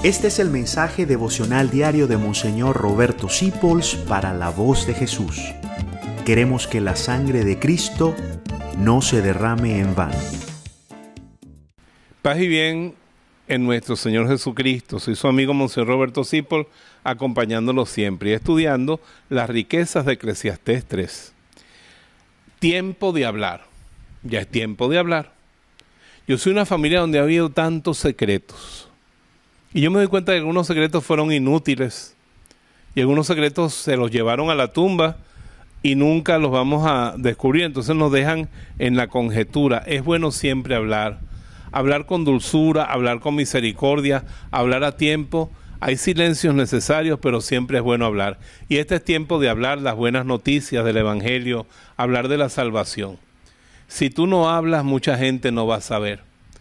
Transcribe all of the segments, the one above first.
Este es el mensaje devocional diario de Monseñor Roberto Sipols para la Voz de Jesús. Queremos que la sangre de Cristo no se derrame en vano. Paz y bien en nuestro Señor Jesucristo. Soy su amigo Monseñor Roberto Sipols, acompañándolo siempre y estudiando las riquezas de Eclesiastés 3. Tiempo de hablar. Ya es tiempo de hablar. Yo soy una familia donde ha habido tantos secretos. Y yo me doy cuenta de que algunos secretos fueron inútiles. Y algunos secretos se los llevaron a la tumba y nunca los vamos a descubrir. Entonces nos dejan en la conjetura. Es bueno siempre hablar. Hablar con dulzura, hablar con misericordia, hablar a tiempo. Hay silencios necesarios, pero siempre es bueno hablar. Y este es tiempo de hablar las buenas noticias del Evangelio, hablar de la salvación. Si tú no hablas, mucha gente no va a saber.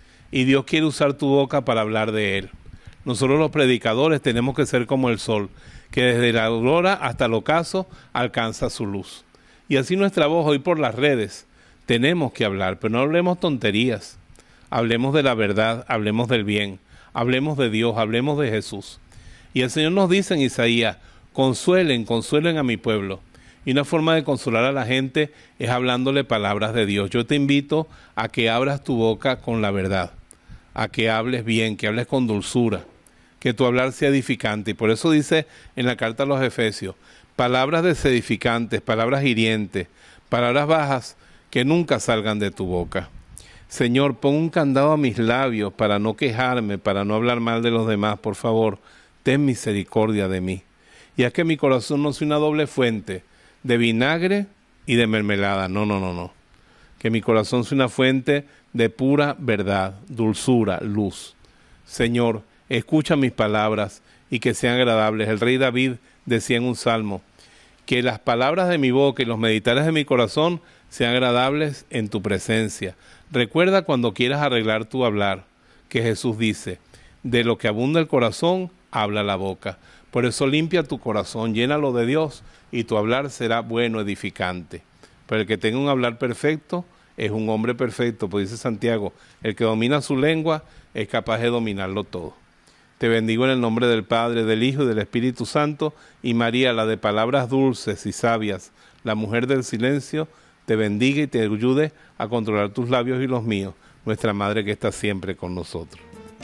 Y Dios quiere usar tu boca para hablar de Él. Nosotros los predicadores tenemos que ser como el sol, que desde la aurora hasta el ocaso alcanza su luz. Y así nuestra voz hoy por las redes tenemos que hablar, pero no hablemos tonterías. Hablemos de la verdad, hablemos del bien, hablemos de Dios, hablemos de Jesús. Y el Señor nos dice en Isaías, consuelen a mi pueblo. Y una forma de consolar a la gente es hablándole palabras de Dios. Yo te invito a que abras tu boca con la verdad, a que hables bien, que hables con dulzura, que tu hablar sea edificante. Y por eso dice en la carta a los Efesios, palabras desedificantes, palabras hirientes, palabras bajas que nunca salgan de tu boca. Señor, pon un candado a mis labios para no quejarme, para no hablar mal de los demás. Por favor, ten misericordia de mí. Y haz que mi corazón no sea una doble fuente de vinagre y de mermelada. No. Que mi corazón sea una fuente de pura verdad, dulzura, luz. Señor, escucha mis palabras y que sean agradables. El rey David decía en un salmo, que las palabras de mi boca y los meditares de mi corazón sean agradables en tu presencia. Recuerda cuando quieras arreglar tu hablar, que Jesús dice, de lo que abunda el corazón, habla la boca. Por eso limpia tu corazón, llénalo de Dios y tu hablar será bueno, edificante. Pero el que tenga un hablar perfecto es un hombre perfecto, pues dice Santiago, el que domina su lengua es capaz de dominarlo todo. Te bendigo en el nombre del Padre, del Hijo y del Espíritu Santo, y María, la de palabras dulces y sabias, la mujer del silencio, te bendiga y te ayude a controlar tus labios y los míos, nuestra Madre que está siempre con nosotros.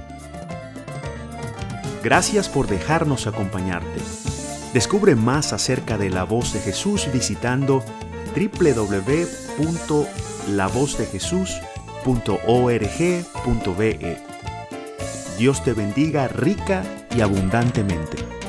Gracias por dejarnos acompañarte. Descubre más acerca de la Voz de Jesús visitando www.lavozdejesús.org.be. Dios te bendiga rica y abundantemente.